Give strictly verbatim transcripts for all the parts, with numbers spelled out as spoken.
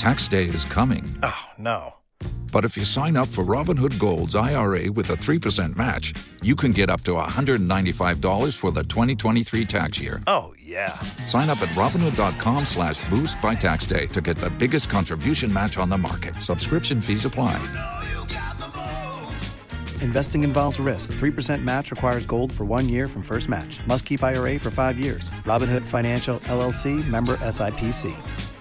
Tax day is coming. Oh, no. But if you sign up for Robinhood Gold's I R A with a three percent match, you can get up to one hundred ninety-five dollars for the twenty twenty-three tax year. Oh, yeah. Sign up at Robinhood.com slash boost by tax day to get the biggest contribution match on the market. Subscription fees apply. Investing involves risk. three percent match requires gold for one year from first match. Must keep I R A for five years. Robinhood Financial, L L C, member S I P C.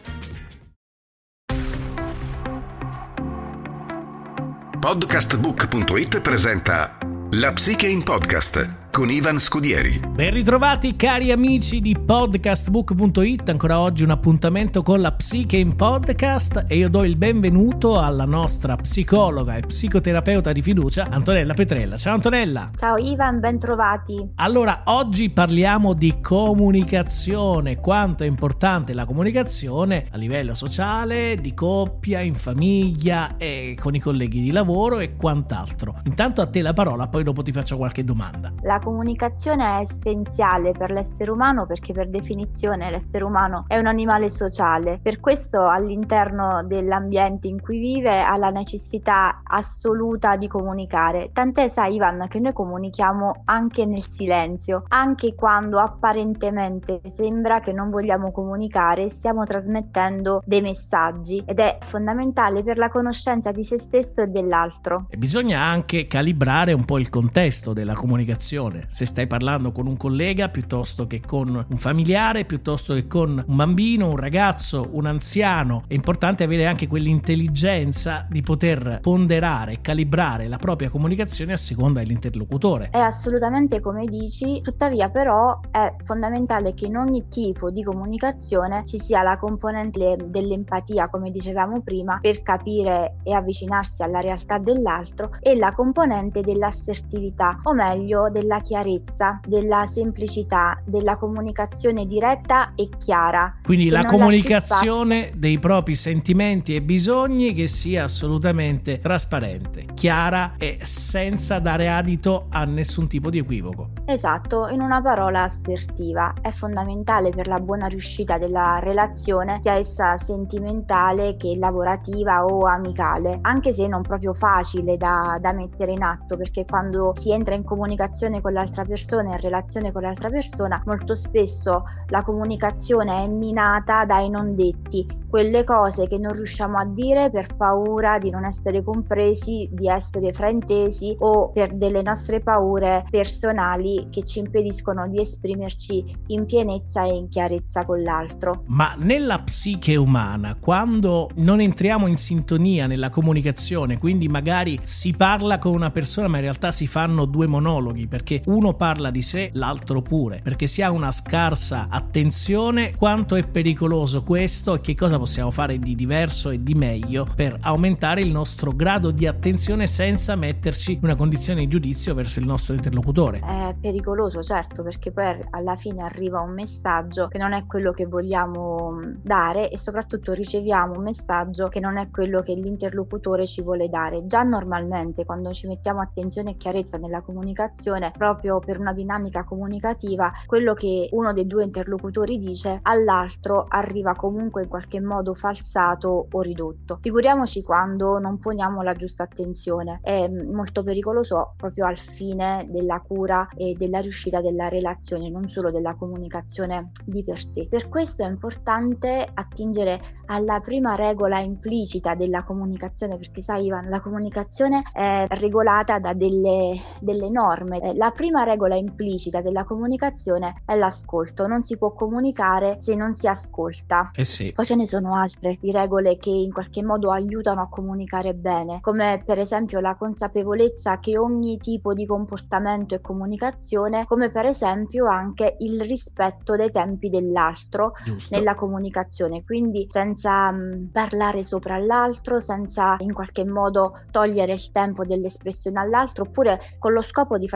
Podcastbook punto it presenta La Psiche in Podcast con Ivan Scudieri. Ben ritrovati cari amici di Podcastbook punto it, ancora oggi un appuntamento con la Psiche in Podcast e io do il benvenuto alla nostra psicologa e psicoterapeuta di fiducia Antonella Petrella. Ciao Antonella! Ciao Ivan, ben trovati! Allora, oggi parliamo di comunicazione, quanto è importante la comunicazione a livello sociale, di coppia, in famiglia e con i colleghi di lavoro e quant'altro. Intanto a te la parola, poi dopo ti faccio qualche domanda. La comunicazione è essenziale per l'essere umano perché per definizione l'essere umano è un animale sociale. Per questo all'interno dell'ambiente in cui vive ha la necessità assoluta di comunicare. Tant'è, sai Ivan, che noi comunichiamo anche nel silenzio, anche quando apparentemente sembra che non vogliamo comunicare, stiamo trasmettendo dei messaggi ed è fondamentale per la conoscenza di se stesso e dell'altro. E bisogna anche calibrare un po' il contesto della comunicazione. Se stai parlando con un collega piuttosto che con un familiare, piuttosto che con un bambino, un ragazzo, un anziano, è importante avere anche quell'intelligenza di poter ponderare e calibrare la propria comunicazione a seconda dell'interlocutore. È assolutamente come dici, tuttavia però è fondamentale che in ogni tipo di comunicazione ci sia la componente dell'empatia, come dicevamo prima, per capire e avvicinarsi alla realtà dell'altro, e la componente dell'assertività, o meglio della chiarezza, della semplicità, della comunicazione diretta e chiara. Quindi la non comunicazione dei propri sentimenti e bisogni che sia assolutamente trasparente, chiara e senza dare adito a nessun tipo di equivoco. Esatto, in una parola assertiva. È fondamentale per la buona riuscita della relazione, sia essa sentimentale che lavorativa o amicale, anche se non proprio facile da, da mettere in atto, perché quando si entra in comunicazione con l'altra persona, in relazione con l'altra persona, molto spesso la comunicazione è minata dai non detti, quelle cose che non riusciamo a dire per paura di non essere compresi, di essere fraintesi o per delle nostre paure personali che ci impediscono di esprimerci in pienezza e in chiarezza con l'altro. Ma nella psiche umana, quando non entriamo in sintonia nella comunicazione, quindi magari si parla con una persona ma in realtà si fanno due monologhi perché uno parla di sé, l'altro pure, perché si ha una scarsa attenzione, quanto è pericoloso questo e che cosa possiamo fare di diverso e di meglio per aumentare il nostro grado di attenzione senza metterci in una condizione di giudizio verso il nostro interlocutore? È pericoloso, certo, perché poi alla fine arriva un messaggio che non è quello che vogliamo dare e soprattutto riceviamo un messaggio che non è quello che l'interlocutore ci vuole dare. Già normalmente quando ci mettiamo attenzione e chiarezza nella comunicazione, proprio per una dinamica comunicativa, quello che uno dei due interlocutori dice all'altro arriva comunque in qualche modo falsato o ridotto. Figuriamoci quando non poniamo la giusta attenzione. È molto pericoloso proprio al fine della cura e della riuscita della relazione, non solo della comunicazione di per sé. Per questo è importante attingere alla prima regola implicita della comunicazione, perché sai Ivan, la comunicazione è regolata da delle, delle norme. La prima regola implicita della comunicazione è l'ascolto. Non si può comunicare se non si ascolta. Eh sì. Poi ce ne sono altre di regole che in qualche modo aiutano a comunicare bene, come per esempio la consapevolezza che ogni tipo di comportamento è comunicazione, come per esempio anche il rispetto dei tempi dell'altro. Giusto. Nella comunicazione, quindi senza mh, parlare sopra l'altro, senza in qualche modo togliere il tempo dell'espressione all'altro, oppure con lo scopo di facilitare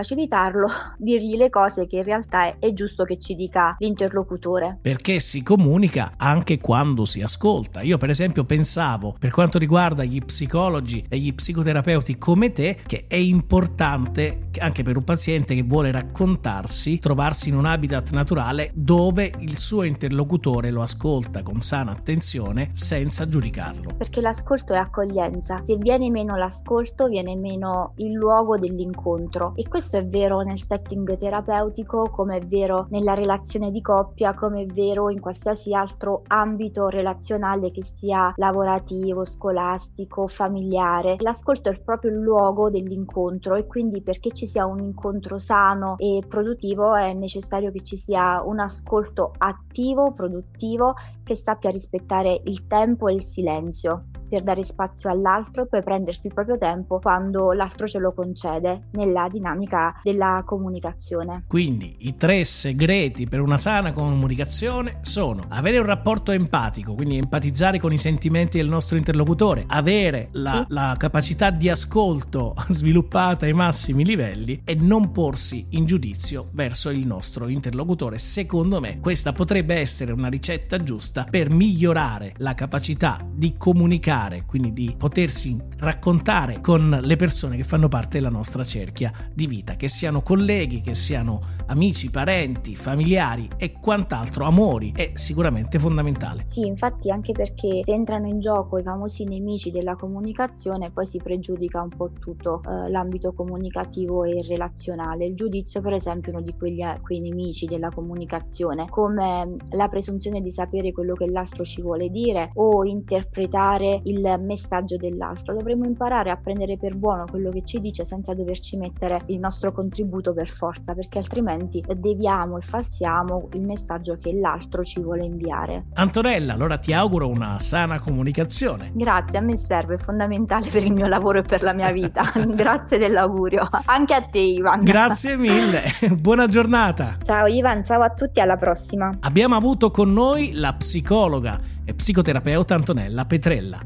spiegarlo, dirgli le cose che in realtà è, è giusto che ci dica l'interlocutore. Perché si comunica anche quando si ascolta. Io per esempio pensavo, per quanto riguarda gli psicologi e gli psicoterapeuti come te, che è importante anche per un paziente che vuole raccontarsi, trovarsi in un habitat naturale dove il suo interlocutore lo ascolta con sana attenzione senza giudicarlo. Perché l'ascolto è accoglienza. Se viene meno l'ascolto, viene meno il luogo dell'incontro, e questo è vero nel setting terapeutico, come è vero nella relazione di coppia, come è vero in qualsiasi altro ambito relazionale, che sia lavorativo, scolastico, familiare. L'ascolto è proprio il luogo dell'incontro, e quindi perché ci sia un incontro sano e produttivo è necessario che ci sia un ascolto attivo, produttivo, che sappia rispettare il tempo e il silenzio, per dare spazio all'altro e poi prendersi il proprio tempo quando l'altro ce lo concede, nella dinamica della comunicazione. Quindi i tre segreti per una sana comunicazione sono: avere un rapporto empatico, quindi empatizzare con i sentimenti del nostro interlocutore, avere la, sì. la capacità di ascolto sviluppata ai massimi livelli, e non porsi in giudizio verso il nostro interlocutore. Secondo me questa potrebbe essere una ricetta giusta per migliorare la capacità di comunicare, quindi di potersi raccontare con le persone che fanno parte della nostra cerchia di vita, che siano colleghi, che siano amici, parenti, familiari e quant'altro, amori. È sicuramente fondamentale. Sì, infatti, anche perché se entrano in gioco i famosi nemici della comunicazione, poi si pregiudica un po' tutto eh, l'ambito comunicativo e relazionale. Il giudizio, per esempio, è uno di quegli, quei nemici della comunicazione, come la presunzione di sapere quello che l'altro ci vuole dire o interpretare il messaggio dell'altro. Dovremmo imparare a prendere per buono quello che ci dice senza doverci mettere il nostro contributo per forza, perché altrimenti deviamo e falsiamo il messaggio che l'altro ci vuole inviare. Antonella, allora ti auguro una sana comunicazione. Grazie, a me serve, è fondamentale per il mio lavoro e per la mia vita. Grazie dell'augurio, anche a te Ivan. Grazie mille, buona giornata. Ciao Ivan, ciao a tutti, alla prossima. Abbiamo avuto con noi la psicologa e psicoterapeuta Antonella Petrella.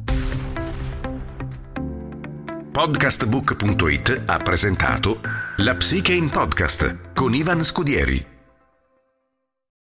Podcastbook punto it ha presentato La Psiche in Podcast con Ivan Scudieri.